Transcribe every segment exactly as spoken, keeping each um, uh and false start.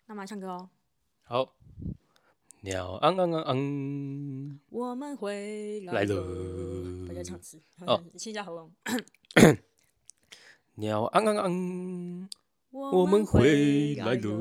那么唱歌哦。 好，鸟昂昂昂昂， 我们回来了。 大家唱词， 哦， 清一下喉咙。 鸟昂昂昂， 我我们回来来了。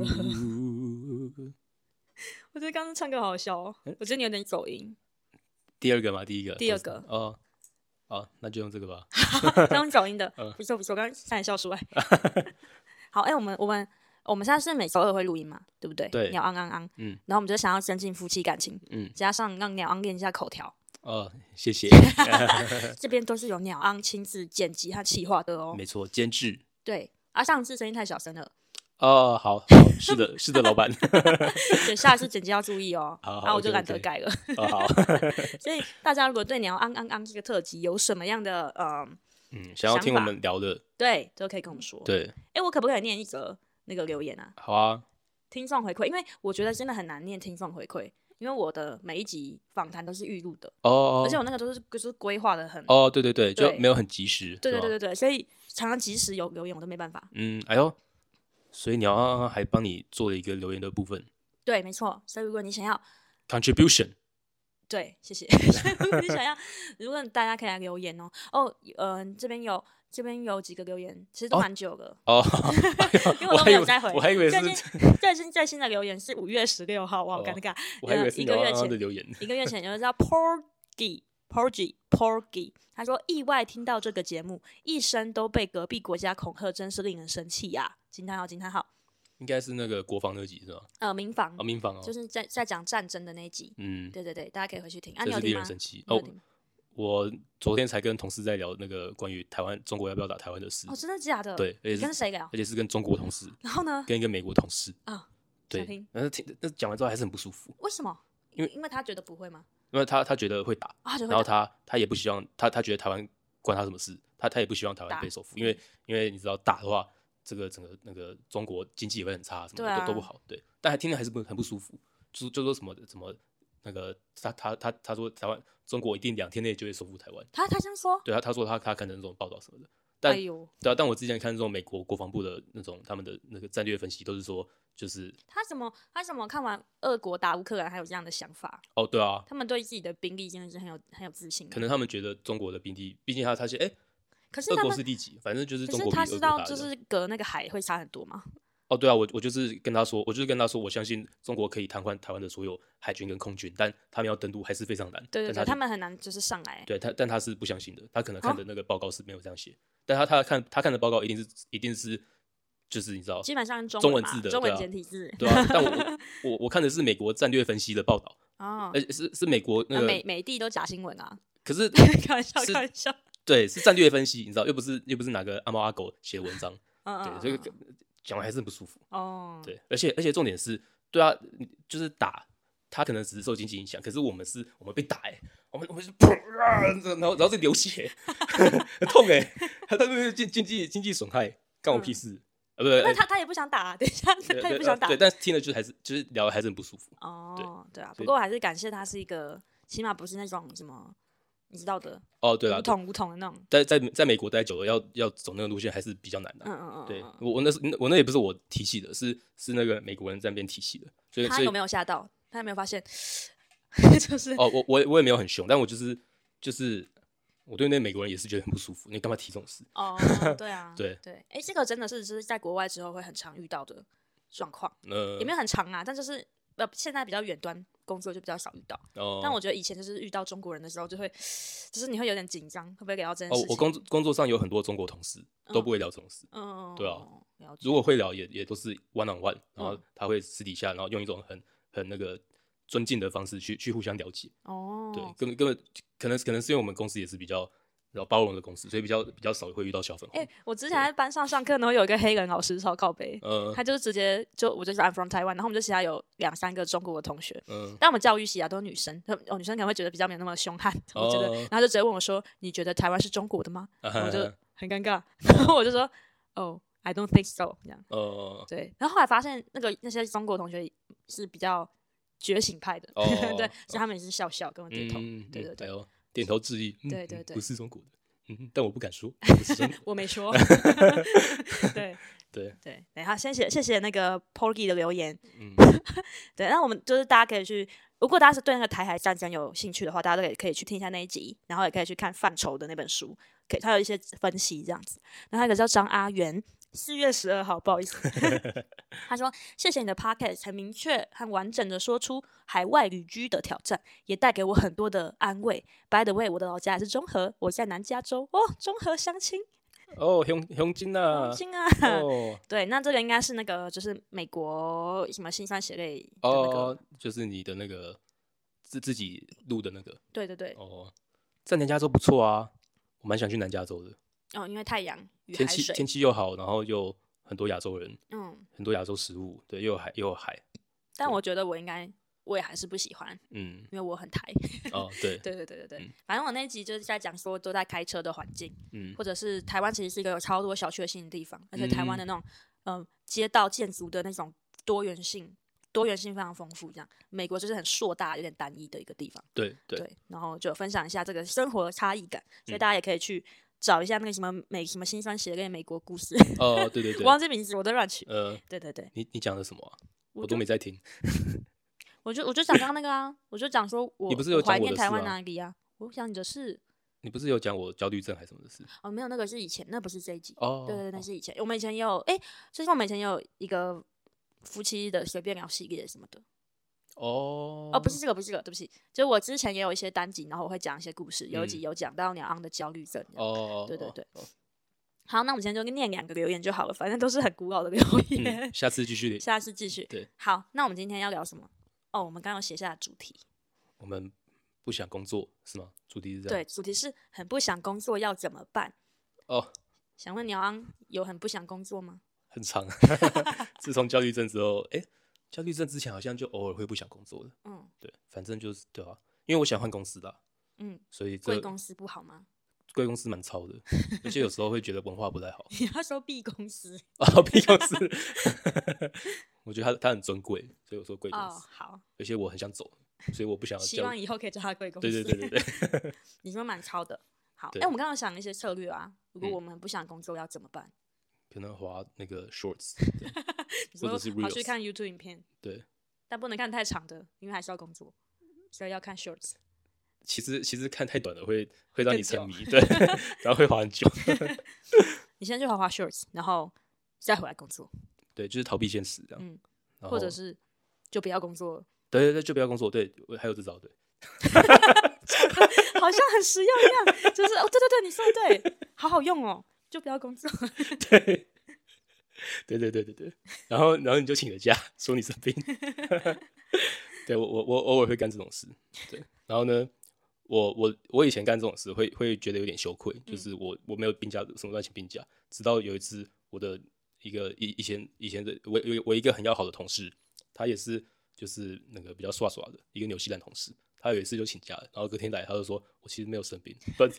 我觉得刚刚唱歌好好笑哦，我觉得你有点走音。 第二个吗？第一个？ 第二个。 哦，好，那就用这个吧。 刚刚走音的， 嗯不错不错，刚刚差点笑出来。好，哎、欸，我们我们我们现在是每周二会录音嘛，对不对？ 对。 鸟昂昂昂， 嗯， 然后我们就想要增进夫妻感情， 嗯， 加上让鸟昂练一下口条。 哦，谢谢。 这边都是由鸟昂亲自剪辑和企划的哦。 没错，监制。 对，啊，上次声音太小声了。 哦，好，好，是的，是的，老板。 对，下一次剪辑要注意哦。 好， 然后我就懒得改了。 哦，好。 所以大家如果对鸟昂昂昂这个特辑有什么样的呃嗯想要听我们聊的， 对，都可以跟我们说。 对， 哎、欸，我可不可以念一则那个留言啊？ 好啊。 听众回馈，因为我觉得真的很难念听众回馈，因为我的每一集访谈都是预录的哦， 而且我那个都是就是规划的很哦，对对对，就没有很及时。 对对对对对，所以常常及时有留言我都没办法。 嗯，哎呦。所以鸟昂昂还帮你做了一个留言的部分， 对，没错。所以如果你想要 contribution， 对，谢谢。如果你想要，如果大家可以来留言哦。哦，嗯、呃，这边有这边有几个留言，其实都蛮久了哦， 因为我都没有再回。 我还以为是最新最新的留言是五月十六号，哇，好尴尬。 我还以为是一个月前的留言， 一个月前有人叫 Porgy Porgy Porgy， 他说意外听到这个节目，一生都被隔壁国家恐吓，真是令人生气呀、啊！惊叹号惊叹号， 应该是那个国防那集是吧？ 呃，民防哦，民防哦， 就是在在讲战争的那一集。嗯，对对对，大家可以回去听。啊，你有听吗？ 令人生气哦。我昨天才跟同事在聊那个关于台湾中国要不要打台湾的事。 哦，真的假的？ 对， 你跟谁聊？ 而且是跟中国同事。 然后呢？ 跟一个美国同事啊。 对，但是听那讲完之后还是很不舒服。 为什么？ 因为因为他觉得不会吗？ 因为他他觉得会打， 啊、 然后他他也不希望他他觉得台湾关他什么事，他他也不希望台湾被收复，因为因为你知道打的话，这个整个那个中国经济也会很差，什么的、啊、都都不好，对。但还听着还是不很不舒服，就就说什么什么那个他他他他说台湾中国一定两天内就会收复台湾， 他他这样说， 对他他说他他看那种报道什么的，但、哎、对啊，但我之前看这种美国国防部的那种他们的那个战略分析，都是说。就是他怎么他怎么看完俄国打乌克兰还有这样的想法？ 哦，对啊， 他们对自己的兵力真的是很有很有自信。 可能他们觉得中国的兵力，毕竟他他是哎，欸、 可是俄国是第几？反正就是中国比俄国大的。 可是他知道就是隔那个海会差很多吗？ 哦，对啊，我我就是跟他说，我就是跟他说，我相信中国可以瘫痪台湾的所有海军跟空军，但他们要登陆还是非常难。 对对对， 他, 他们很难就是上来。 对他，但他是不相信的，他可能看的那个报告是没有这样写，哦、但他他看他看的报告一定是一定是。就是你知道， 基本上中文, 中文字的中文简体字， 对啊。但我我我看的是美国战略分析的报道哦， 而且是是美国那个美美帝都假新闻啊。 可是开玩笑，开玩笑。 对，是战略分析，你知道，又不是又不是哪个阿猫阿狗写的文章， 嗯对，所以讲完还是很不舒服哦。 对，而且而且重点是，对啊，就是打他可能只是受经济影响，可是我们是我们被打哎、欸，我们我们是砰啊，然后然后是流血，很痛哎、欸，他他那经经济经济损害，干我屁事。嗯呃，不对，那他他也不想打、啊，等一下，他也不想打。 对，但是听了就还是就是聊的还是很不舒服。 哦，对, 对啊，不过我还是感谢他是一个，起码不是那种什么你知道的哦，对啊， 无统无统的那种。 在在在美国待久了，要要走那个路线还是比较难的、啊。嗯嗯嗯，对我我那是我那也不是我提起的，是是那个美国人在那边提起的。所以他有没有吓到？他有没有发现？就是哦，我我我也没有很凶，但我就是就是。我对那美国人也是觉得很不舒服，你干嘛提这种事？ 哦，对啊， 对对，哎、欸，这个真的是就是在国外之后会很常遇到的状况，呃，也没有很常啊，但就是呃，现在比较远端工作就比较少遇到。哦，但我觉得以前就是遇到中国人的时候，就会就是你会有点紧张，会不会聊这件事情？ 哦，我工作工作上有很多中国同事都不会聊这种事，嗯，对啊，如果会聊也也都是 one on one， 然后他会私底下，然后用一种很很那个。尊敬的方式去去互相了解哦，对，根本根本可能可能是因为我们公司也是比较比较包容的公司，所以比较比较少会遇到小粉红。 哎、欸，我之前在班上上课，然后有一个黑人老师超靠北，嗯，他就是直接就我就是 I'm from Taiwan， 然后我们就其他有两三个中国的同学，嗯，但我们教育系啊都是女生，哦，女生可能会觉得比较没有那么凶悍，哦、我觉得，然后就直接问我说：“你觉得台湾是中国的吗？”然后我就很尴尬，然后我就说：“哦、oh, ，I don't think so。”这样，哦，对，然后后来发现那个那些中国同学是比较。觉醒派的， oh, 对，所以他们也是笑笑跟我点头，嗯、对对对， 点头致意， 对对对， 不是中国的， 嗯，但我不敢说， 我没说。对对对，等一下，谢谢谢谢那个 Porgy 的留言。 嗯， 对，那我们就是大家可以去，如果大家是对那个台海战争有兴趣的话，大家都可以可以去听一下那一集，然后也可以去看范畴的那本书，可以他有一些分析这样子。那还有一个叫张阿元，四月十二号，不好意思，他说谢谢你的 podcast 很明确和完整的说出海外旅居的挑战，也带给我很多的安慰。By the way， 我的老家也是中和，我在南加州哦，中和相亲。 哦，乡乡亲啊， 乡亲啊，哦，对，那这个应该是那个，就是美国什么辛酸血泪的那个， 哦，就是你的那个自自己录的那个， 对对对， 哦，在南加州不错啊，我蛮想去南加州的。 哦，因为太阳与海水，天气天气又好，然后又很多亚洲人， 嗯， 很多亚洲食物，对，又有海又有海。 但我觉得我应该。我也还是不喜欢，嗯，因为我很台。 哦，对， 对对对对对、嗯，反正我那一集就是在讲说都在开车的环境，嗯，或者是台湾其实是一个有超多小确幸的地方，而且台湾的那种，嗯、呃，街道建筑的那种多元性，多元性非常丰富。这样，美国就是很硕大、有点单一的一个地方。 对 对, 对，然后就分享一下这个生活的差异感，所以大家也可以去找一下那个什么美什么辛酸血泪美国故事。 哦，对对对， 我忘记名字，我都乱取。 呃， 对对对， 你你讲的什么啊？我都没在听。 我就我就讲刚刚那个啊，我就讲说我你不是有怀念台湾哪里啊？我想你的事， 你不是有讲我焦虑症还是什么的事？ 哦，没有，那个是以前，那不是这一集。 哦， 对对对，那是以前。我们以前也有，哎、欸，就是我们以前也有一个夫妻的随便聊系列什么的。 哦哦，不是这个，不是这个，对不起，就是我之前也有一些单集，然后我会讲一些故事，有一集有讲到鸟昂的焦虑症。 哦， 对对对。哦好，那我们今天就念两个留言就好了，反正都是很古老的留言。 嗯、下次继续。 下次继续。 对。 好，那我们今天要聊什么？哦，我们刚刚有写下主题。 我们不想工作是吗？主题是这样。 对，主题是很不想工作要怎么办？ 哦， 想问鸟昂有很不想工作吗？ 很长。自从焦虑症之后，哎、欸，焦虑症之前好像就偶尔会不想工作的。嗯，对，反正就是对啊，因为我想换公司的、啊。嗯，所以贵公司不好吗？ 贵公司蛮超的，而且有时候会觉得文化不太好。 你要说 B 公司哦 ，B 公司，我觉得他他很尊贵，所以我说贵公司。 哦，好。 而且我很想走，所以我不想要。 希望以后可以叫他贵公司。 对对对对对。 你说蛮超的。好，哎、欸，我们刚刚想一些策略啊，如果我们不想工作要怎么办？嗯、 可能滑那个 shorts， 或者是 reels， 跑去看 YouTube 影片。 对。 但不能看太长的，因为还是要工作，所以要看 shorts。 其实其实看太短了会会让你沉迷，对，然后会滑很久。 你先去滑滑 shorts， 然后再回来工作。 对，就是逃避现实这样。 嗯，或者是就不要工作了。 对对对，就不要工作。对，还有这招，对。 好像很实用一样，就是哦，对对对，你说的对，好好用哦，就不要工作。 对，对对对对对。然后然后你就请了假，说你生病。对我我我偶尔会干这种事，对，然后呢？我我我以前干这种事会会觉得有点羞愧，就是我我没有病假，什么乱请病假。直到有一次，我的一个以以前以前的我我一个很要好的同事，他也是就是那个比较耍耍的一个纽西兰同事，他有一次就请假了，然后隔天来他就说我其实没有生病 ，but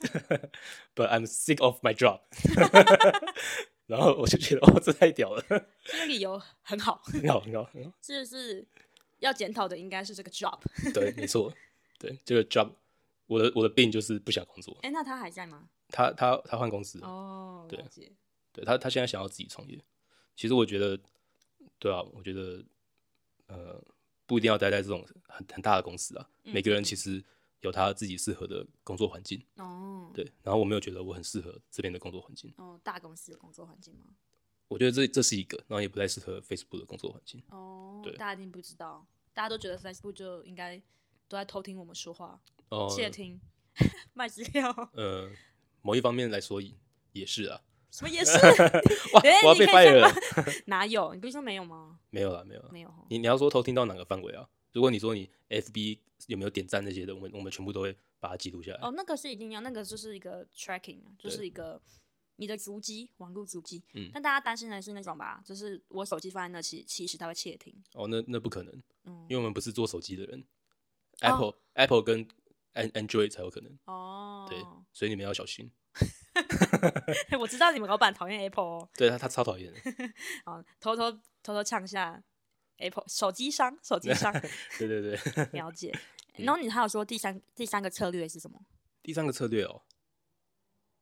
but I'm sick of my job 。然后我就觉得哦，这太屌了， 这个理由很好， 很好很好很好。 是是要检讨的应该是这个 job。 对，没错，对这个 job。我的我的病就是不想工作。 哎、欸，那他还在吗？ 他他他换公司了。 哦， 对，对他他现在想要自己创业。其实我觉得，对啊，我觉得，呃，不一定要待在这种很很大的公司啊。嗯、每个人其实有他自己适合的工作环境。哦。对，然后我没有觉得我很适合这边的工作环境。 哦，大公司的工作环境吗？ 我觉得这这是一个，然后也不太适合 Facebook 的工作环境。 哦。对，大家一定不知道，大家都觉得 Facebook 就应该都在偷听我们说话。 哦， 窃听卖资料。 呃，某一方面来说也是啊。 什么也是？ 哇，我要被 fire 了。 哪有？你不是说没有吗？ 没有啦，没有啦， 没有。 你你要说偷听到哪个范围啊？如果你说你 F B 有没有点赞那些的，我们我们全部都会把它记录下来。 哦，那个是一定要，那个就是一个 tracking， 就是一个你的足迹，网络足迹。嗯。但大家担心的是那种吧，就是我手机放在那，其其实它会窃听。 哦，那那不可能。嗯。因为我们不是做手机的人。Apple、哦、Apple 跟Android 才有可能哦，对，所以你们要小心。 我知道你们老板讨厌 Apple 哦， 对他他超讨厌的。 好，偷偷偷偷呛下 Apple 手机商，手机商。 对对对， 了解。然后你还有说第三第三个策略是什么？ 第三个策略哦，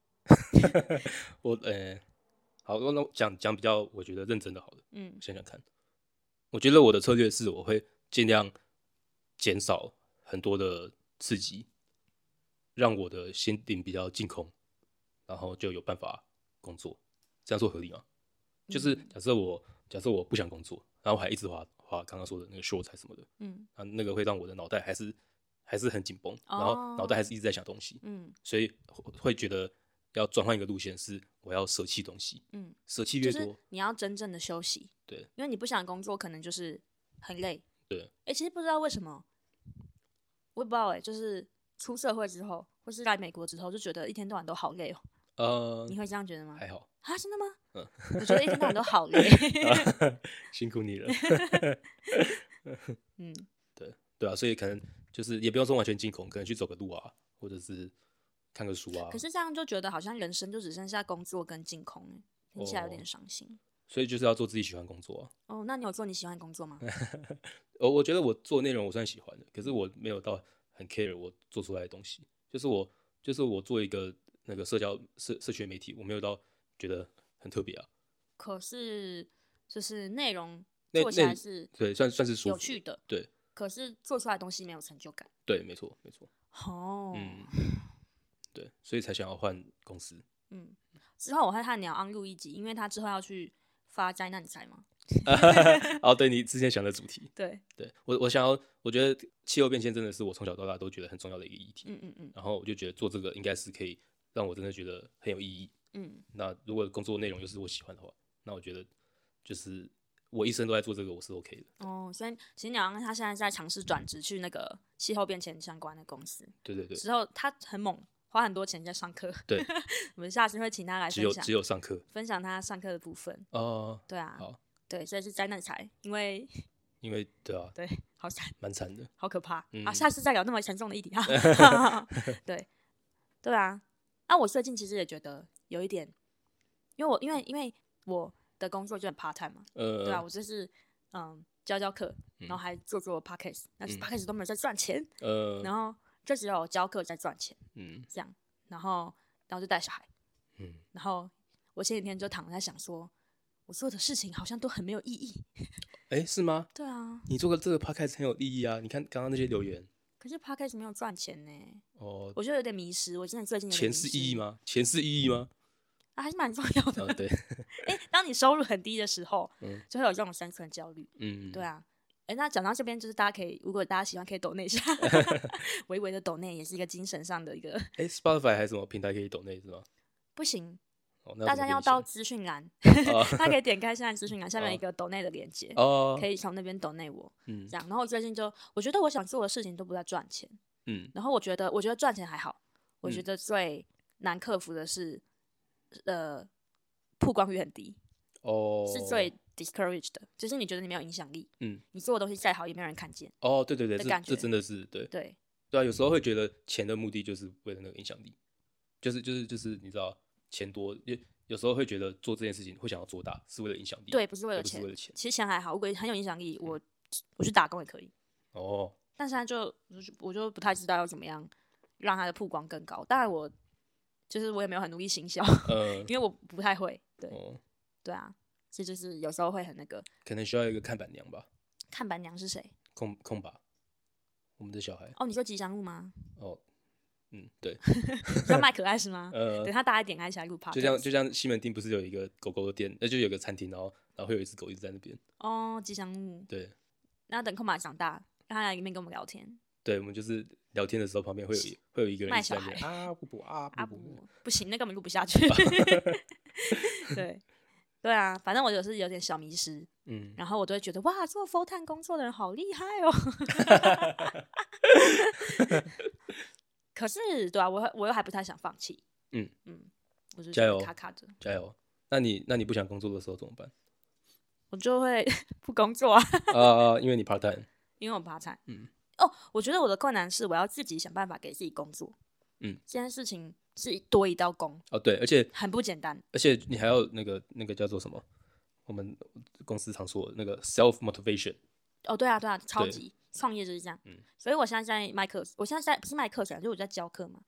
我呃，好，那我讲讲比较我觉得认真的好了。嗯，想想看，我觉得我的策略是我会尽量减少很多的刺激，让我的心灵比较净空，然后就有办法工作。这样做合理吗？嗯、就是假设我假设我不想工作，然后我还一直滑滑刚刚说的那个 short 什么的，嗯，啊，那个会让我的脑袋还是还是很紧绷，哦、然后脑袋还是一直在想东西，嗯，所以会觉得要转换一个路线，是我要舍弃东西，嗯，舍弃越多， 就是你要真正的休息， 对， 因为你不想工作，可能就是很累， 对， 哎、欸，其实不知道为什么，我也不知道哎、欸，就是出社会之后，或是来美国之后，就觉得一天到晚都好累哦、喔，呃，你会这样觉得吗？ 还好啊，真的吗？嗯，我觉得一天到晚都好累， 辛苦你了，嗯，对对啊，所以可能就是也不用说完全净空，可能去走个路啊，或者是看个书啊。 可是这样就觉得好像人生就只剩下工作跟净空，哎，听起来有点伤心、哦。 所以就是要做自己喜欢的工作啊。 哦，那你有做你喜欢的工作吗？ 我我觉得我做内容我算喜欢的，可是我没有到很 care 我做出来的东西。就是我就是我做一个那个社交社社群媒体，我没有到觉得很特别啊。 可是就是内容做起来是对算算是舒服有趣的， 对。 可是做出来的东西没有成就感。 对，没错没错。 哦， 嗯，对，所以才想要换公司。 嗯，之后我会和鸟昂录一集，因为他之后要去发灾难财嘛。 哦，对，你之前想的主题， 对， 对我我想要，我觉得气候变迁真的是我从小到大都觉得很重要的一个议题。嗯嗯嗯。然后我就觉得做这个应该是可以让我真的觉得很有意义。嗯。那如果工作内容又是我喜欢的话，那我觉得就是我一生都在做这个，我是 OK 的。 哦，所以其实鸟昂他现在在尝试转职去那个气候变迁相关的公司。 对对对。 之后他很猛。花很多钱在上课， 对， 我们下次会请他来分享， 只有只有上课， 分享他上课的部分。 哦， 对啊， 好， 对，所以是灾难财，因为因为对啊， 对，好惨， 蛮惨的， 好可怕、 嗯、 啊！下次再聊那么沉重的议题哈。对，对啊，啊，我最近其实也觉得有一点，因为我因为因为我的工作就很 part time 嘛，呃，对啊，我就是嗯教教课，然后还做做 podcast，、嗯、但是 podcast 都没有在赚钱，呃，然后。就只有教课在赚钱，嗯，这样，然后，然后就带小孩，嗯，然后我前几天就躺在想说，我做的事情好像都很没有意义。 哎、欸，是吗？ 对啊， 你做个这个 podcast 很有意义啊！你看刚刚那些留言， 可是 podcast 没有赚钱呢。哦，我觉得有点迷失。我真的最近有点迷失。钱是意义吗？钱是意义吗？ 啊，还是蛮重要的。 哦、对， 哎欸，当你收入很低的时候，嗯，就会有这种生存焦虑。嗯，对啊。哎、欸，那讲到这边，就是大家可以，如果大家喜欢，可以抖内一下，微微的抖内也是一个精神上的一个。 哎、欸、，Spotify 还是什么平台可以抖内是吗？ 不行， 哦、 大家要到资讯栏，大家可以点开现在资讯栏下面一个抖内的连结，哦、可以从那边抖内我，嗯，这样。然后我最近就，我觉得我想做的事情都不在赚钱，嗯，然后我觉得，我觉得赚钱还好，我觉得最难克服的是，嗯、呃，曝光率很低，哦，是最。discouraged 的，就是你觉得你没有影响力，嗯，你做的东西再好也没有人看见。 哦，对对对，这这真的是对对对啊，有时候会觉得钱的目的就是为了那个影响力，就是就是就是你知道钱多，有有时候会觉得做这件事情会想要做大，是为了影响力， 对，不是为了钱， 不是为了钱。 其实钱还好，如果很有影响力，我我去打工也可以。哦，但现在就我就不太知道要怎么样让它的曝光更高。当然我就是我也没有很努力行销，呃、因为我不太会。对，哦、对啊。这就是有时候会很那个， 可能需要一个看板娘吧。 看板娘是谁？ 空空吧，我们的小孩。 哦，你说吉祥物吗？ 哦，嗯，对。 要卖可爱是吗？呃，等他大家点开起来录 podcast。 就像就像西门町不是有一个狗狗的店，那就有个餐厅，然后然后会有一只狗一直在那边。 哦，吉祥物。 对。 那等空吧长大，让他来里面跟我们聊天。 对，我们就是聊天的时候，旁边会有会有一个人卖小孩啊不不啊不不，不行，那根本录不下去。对。对啊，反正我有时有点小迷失，嗯，然后我都会觉得哇，做 full time 工作的人好厉害哦。可是，对啊，我我又还不太想放弃，嗯嗯，我就觉得卡卡的， 加油！那你那你不想工作的时候怎么办？ 我就会不工作啊。 啊，因为你 part time， 因为我 part time， 嗯，哦，我觉得我的困难是我要自己想办法给自己工作，嗯，这件事情。是多一道工哦，对，而且很不简单， 而且你还要那个那个叫做什么？我们公司常说的那个 self motivation。 哦，对啊，对啊，超级创业就是这样。嗯，所以我现在在卖课，我现在在不是卖课程，就是我在教课嘛。嗯，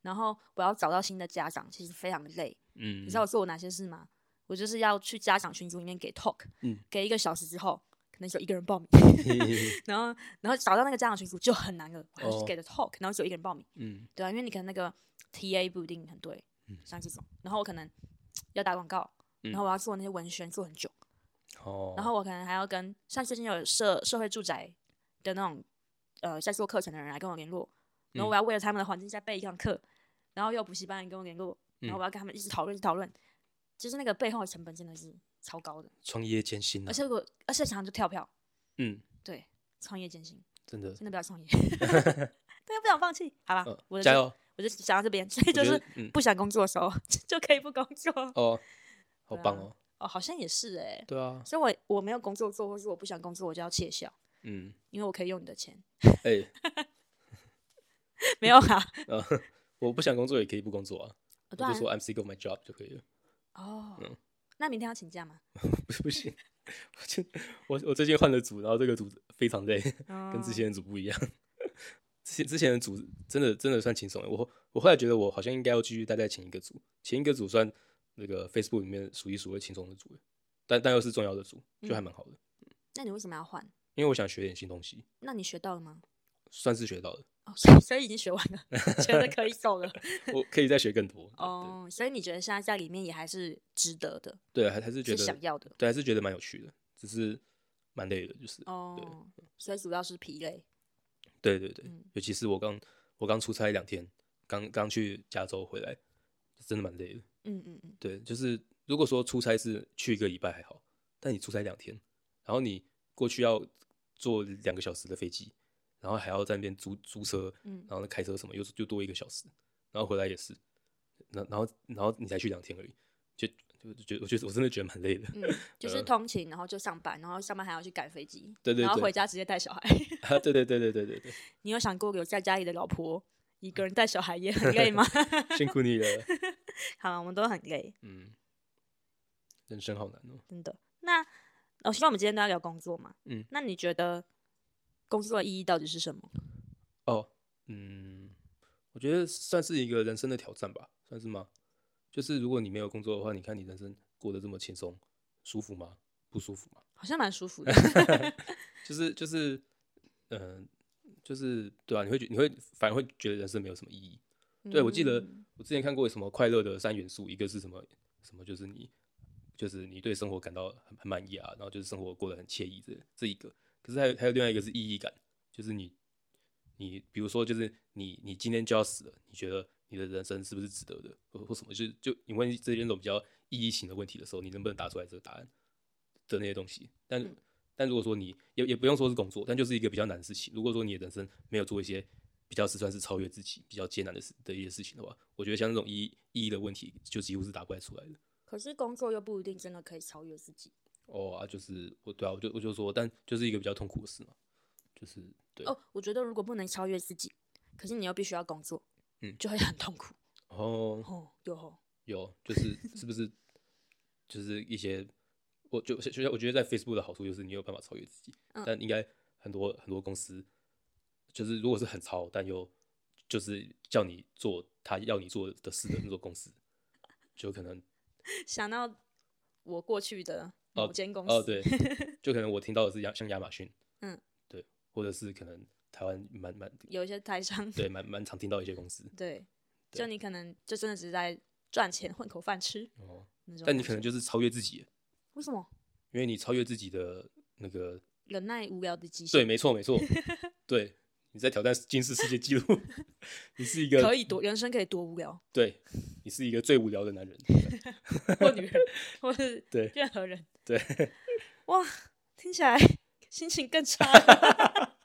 然后我要找到新的家长，其实非常累。嗯，你知道我做我哪些事吗？我就是要去家长群组里面给 talk，嗯，给一个小时之后，可能只有一个人报名，然后然后找到那个家长群组就很难了，我还是给的 talk，、哦、然后只有一个人报名，嗯，对啊，因为你可能那个 T A 不一定很对，嗯，像这种，然后我可能要打广告，然后我要做那些文宣做很久，哦，然后我可能还要跟像最近有社社会住宅的那种呃在做课程的人来跟我联络，然后我要为了他们的环境再备一堂课，然后又有补习班人跟我联络，然后我要跟他们一直讨论讨论。就是那个背后的成本真的是超高的， 创业艰辛、啊， 而且我而且常常就跳票，嗯，对，创业艰辛， 真的真的不要创业，对，不想放弃，好吧，嗯、我的加油， 我就想到这边，所以就是不想工作的时候、嗯、就可以不工作哦，好棒哦， 啊、哦，好像也是哎、欸， 对啊， 所以我我没有工作做，或是我不想工作，我就要窃笑，嗯，因为我可以用你的钱，哎、欸，没有啊、 呃，我不想工作也可以不工作啊，哦、我就说 I'm sick of my job 就可以了。 哦、嗯，那明天要请假吗？ 不不行，我就我我最近换了组，然后这个组非常累，哦、跟之前的组不一样。之前之前的组真的真的算轻松的，我我后来觉得我好像应该要继续待在前一个组，前一个组算那个 Facebook 里面数一数二轻松的组，但但又是重要的组，就还蛮好的、 嗯。那你为什么要换？ 因为我想学点新东西。 那你学到了吗？ 算是学到了。 哦，所以所以已经学完了，觉得可以走了。 我可以再学更多。 哦，所以你觉得现在在里面也还是值得的？ 对，还还是觉得是想要的。 对，还是觉得蛮有趣的，只是蛮累的，就是哦，对，所以主要是疲累。 对对对，嗯、尤其是我刚我刚出差两天，刚刚去加州回来，真的蛮累的。嗯嗯嗯，对，就是如果说出差是去一个礼拜还好，但你出差两天，然后你过去要坐两个小时的飞机。然后还要在那边租租车，嗯、然后开车什么又又多一个小时，然后回来也是，然后然后你才去两天而已，就就就我觉得我真的觉得蛮累的，嗯， 就是通勤，然后就上班，然后上班还要去赶飞机， 对对对， 然后回家直接带小孩， 啊，对对对对对对对。 你有想过有在家里的老婆一个人带小孩也很累吗？ 辛苦你了。 好，我们都很累， 嗯，人生好难哦， 真的。那我希望我们今天都要聊工作嘛，嗯，那你觉得？工作的意义到底是什么？ 哦，嗯，我觉得算是一个人生的挑战吧，算是吗？就是如果你没有工作的话，你看你人生过得这么轻松，舒服吗？不舒服吗？ 好像蛮舒服的。 就是就是，嗯、呃，就是对啊，你会你会反而会觉得人生没有什么意义。嗯、对，我记得我之前看过什么快乐的三元素，一个是什么什么，就是你就是你对生活感到很很满意啊，然后就是生活过得很惬意这这一个。可是还有还有另外一个是意义感，就是你你比如说就是你你今天就要死了，你觉得你的人生是不是值得的，或或什么？就就你问这些种比较意义型的问题的时候，你能不能答出来这个答案的那些东西？但、嗯、但如果说你也也不用说是工作，但就是一个比较难的事情。如果说你的人生没有做一些比较是算是超越自己、比较艰难的事的一些事情的话，我觉得像这种意义意义的问题，就几乎是答不出来的。 可是工作又不一定真的可以超越自己。 哦啊，就是我对啊，我就我就说，但就是一个比较痛苦的事嘛，就是对。 哦，我觉得如果不能超越自己，可是你又必须要工作，嗯，就会很痛苦。 哦， 哦，有哦， 有，就是是不是就是一些，我就就我觉得在 Facebook 的好处就是你有办法超越自己，嗯、但应该很多很多公司，就是如果是很超，但又就是叫你做他要你做的事的那种公司，就可能想到我过去的。某间公司哦, 哦对，就可能我听到的是像亚马逊，嗯，对，或者是可能台湾蛮蛮有一些台商， 对，蛮蛮常听到一些公司， 对，对就你可能就真的只是在赚钱混口饭吃，哦， 但你可能就是超越自己， 为什么？ 因为你超越自己的那个忍耐无聊的极限， 对，没错没错，对，你在挑战吉尼斯世界纪录，你是一个可以多人生可以多无聊， 对，你是一个最无聊的男人， 或女人，或是对任何人。 对， 哇，听起来心情更差了。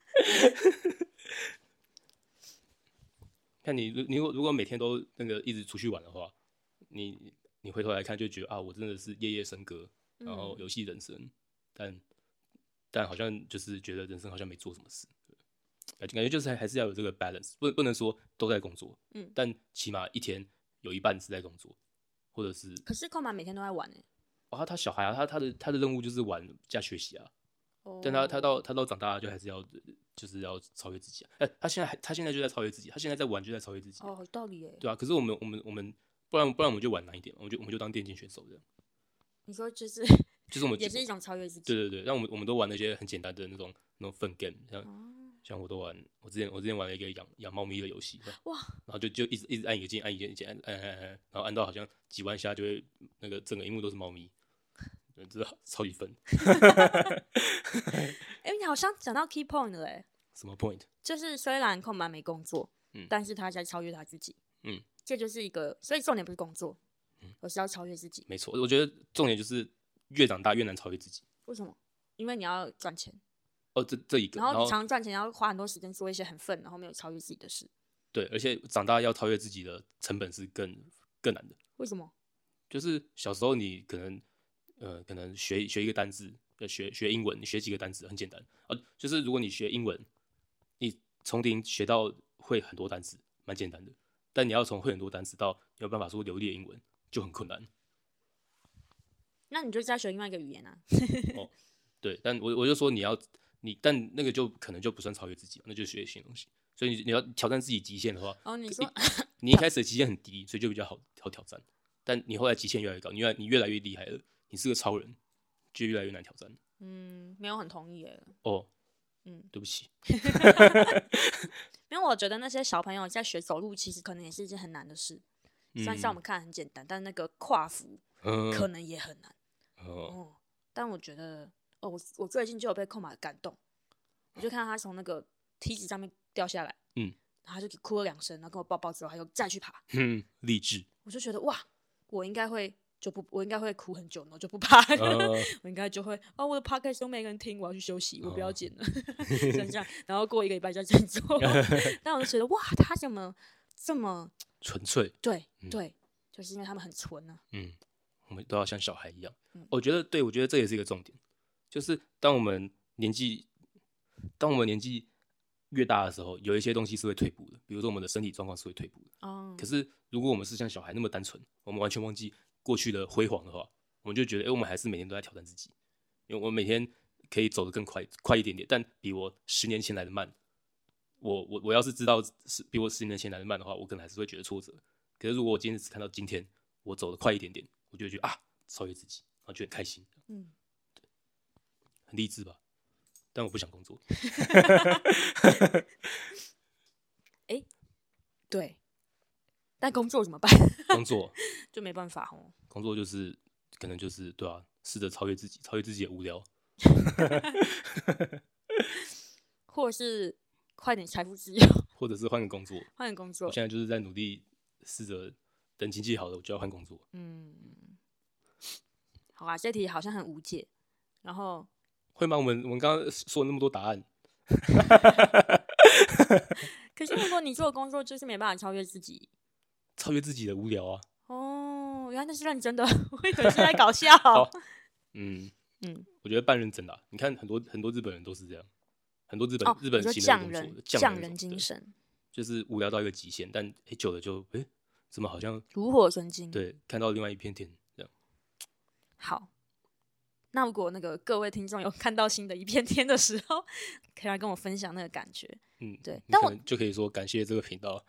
看你，你如果每天都那个一直出去玩的话，你你回头来看就觉得啊，我真的是夜夜笙歌，然后游戏人生，嗯、但但好像就是觉得人生好像没做什么事，感觉就是还还是要有这个 balance， 不不能说都在工作，嗯，但起码一天有一半是在工作，或者是。 可是空马每天都在玩哎、欸。 哦，他小孩啊，他他的他的任务就是玩加学习啊， oh. 但他他到他到长大就还是要就是要超越自己啊。哎、欸，他现在还他现在就在超越自己，他现在在玩就在超越自己。 哦，有道理耶。 对啊，可是我们我们我们不然不然我们就玩难一点，我们就我们就当电竞选手这样。 你说就是就是我们也是一种超越自己。 对对对，让我们我们都玩那些很简单的那种那种 fun game， 像、哦、像我都玩，我之前我之前玩了一个养养猫咪的游戏，哇，然后就就一直一直按一个键，按一个键，按按按按，然后按到好像几万下就会那个整个荧幕都是猫咪，真的超级分。 哎、欸，你好像讲到 key point 了哎。 什么 point？ 就是虽然空白没工作，嗯，但是他在超越他自己，嗯，这就是一个，所以重点不是工作，嗯，而是要超越自己。 没错，我觉得重点就是越长大越难超越自己。 为什么？因为你要赚钱。 哦，这这一个， 然后你常赚钱，要花很多时间做一些很愤，然后没有超越自己的事。 对，而且长大要超越自己的成本是更更难的。 为什么？ 就是小时候你可能呃可能学学一个单字，学学英文，你学几个单字很简单啊。就是如果你学英文，你从零学到会很多单词，蛮简单的。但你要从会很多单词到你有办法说流利的英文，就很困难。 那你就在学另外一个语言啊。 哦，对，但我我就说你要你，但那个就可能就不算超越自己，那就是学新东西。所以 你, 你要挑战自己极限的话， 哦，你说你一开始的极限很低，所以就比较好好挑战。但你后来极限越来越高，你越来你越来越厉害了，你是个超人，就越来越难挑战。 嗯，没有很同意耶。 哦，嗯，对不起。 因为我觉得那些小朋友在学走路，其实可能也是一件很难的事。虽然像我们看很简单，但那个跨幅可能也很难。嗯、哦，但我觉得，哦，我我最近就有被扣马感动，我就看到他从那个梯子上面掉下来，嗯，然后他就哭了两声，然后跟我抱抱之后，他又再去爬，嗯， 励志。 我就觉得哇，我应该会就不，我应该会哭很久，然后就不爬了，呃、我应该就会哦，我的 podcast 都没人听，我要去休息，我不要剪了，就这样，然后过一个礼拜再振作。但我就觉得哇，他怎么这么纯粹？ 对、嗯、对，就是因为他们很纯啊， 嗯，我们都要像小孩一样。嗯、我觉得对，我觉得这也是一个重点，就是当我们年纪，当我们年纪越大的时候，有一些东西是会退步的，比如说我们的身体状况是会退步的。哦。可是如果我们是像小孩那么单纯，我们完全忘记过去的辉煌的话，我们就觉得，哎、欸，我们还是每天都在挑战自己，因为我每天可以走得更快，快一点点，但比我十年前来的慢。我我我要是知道是比我十年前来的慢的话，我可能还是会觉得挫折。可是如果我今天只看到今天我走得快一点点，我就会觉得啊，超越自己，然后就很开心。嗯，对，很励志吧？但我不想工作。 哎、欸，对，但工作怎么办？ 工作就没办法哦。 工作就是可能就是对啊，试着超越自己，超越自己的无聊， 或者是快点财富自由， 或者是换个工作， 换个工作。 我现在就是在努力试着等经济好了，我就要换工作。嗯， 好啊，这题好像很无解。然后会吗？我们我们刚刚说了那么多答案。 可是如果你做的工作就是没办法超越自己， 超越自己的无聊啊。 哦，原来那是认真的，我以为是在搞笑。 嗯嗯，我觉得半认真的。你看很多很多日本人都是这样，很多日本、哦、日本型的工作， 匠人精神， 就是无聊到一个极限，但哎久了就哎怎么好像炉火纯青。 对，看到另外一片天这样。 好。那如果那个各位听众有看到新的一片天的时候，可以来跟我分享那个感觉。嗯，对，但我就可以说感谢这个频道，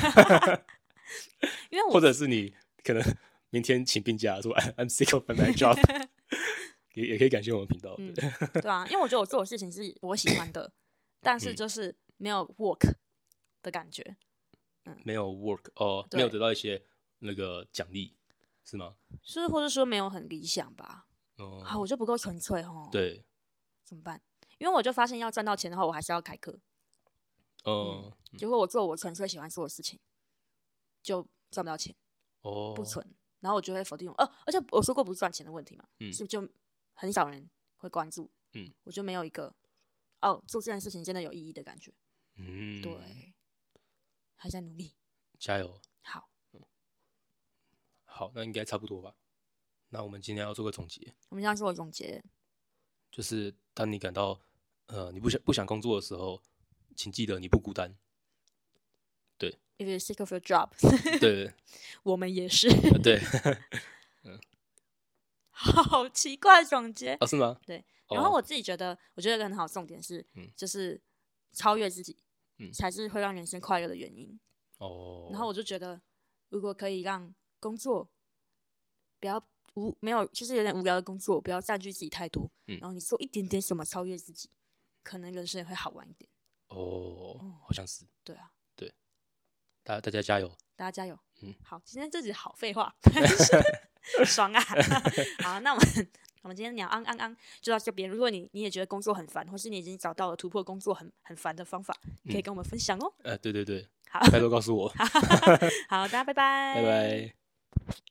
因为我或者是你可能明天请病假说 I'm sick of my job， 也也可以感谢我们频道。 嗯，对啊，因为我觉得我做的事情是我喜欢的，但是就是没有 work 的感觉。 嗯，没有 work 哦，没有得到一些那个奖励，是吗？ 是，或者说没有很理想吧。哦、好，我就不够纯粹哦。 对， 怎么办？因为我就发现要赚到钱的话，我还是要开课。哦、嗯，结果我做我纯粹喜欢做的事情，就赚不到钱。哦，不纯，然后我就会否定我。呃，而且我说过不是赚钱的问题嘛，嗯，是不是就很少人会关注？嗯，我就没有一个哦做这件事情真的有意义的感觉。嗯，对，还在努力， 加油。 好， 嗯、好，那应该差不多吧。那我们今天要做个总结。 我们今天要做个总结， 就是当你感到呃你不想不想工作的时候，请记得你不孤单。对 ，If you're sick of your job， 对， 我们也是。 对，嗯， 好奇怪总结哦，是吗？ 对，然后我自己觉得，我觉得一个很好的重点是，嗯、就是超越自己，嗯，才是会让人生快乐的原因。哦，然后我就觉得，如果可以让工作不要无没有，就是有点无聊的工作，不要占据自己太多，嗯，然后你做一点点什么超越自己，可能人生也会好玩一点。 哦，嗯、好像是。 对啊， 对，大家大家加油， 大家加油。嗯，好，今天这集好废话，爽啊！好，那我们我们今天聊安安安就到这边。如果你你也觉得工作很烦，或是你已经找到了突破工作很很烦的方法，可以跟我们分享哦。 呃，对对对， 好， 拜托告诉我。 好，大家拜拜， 拜拜。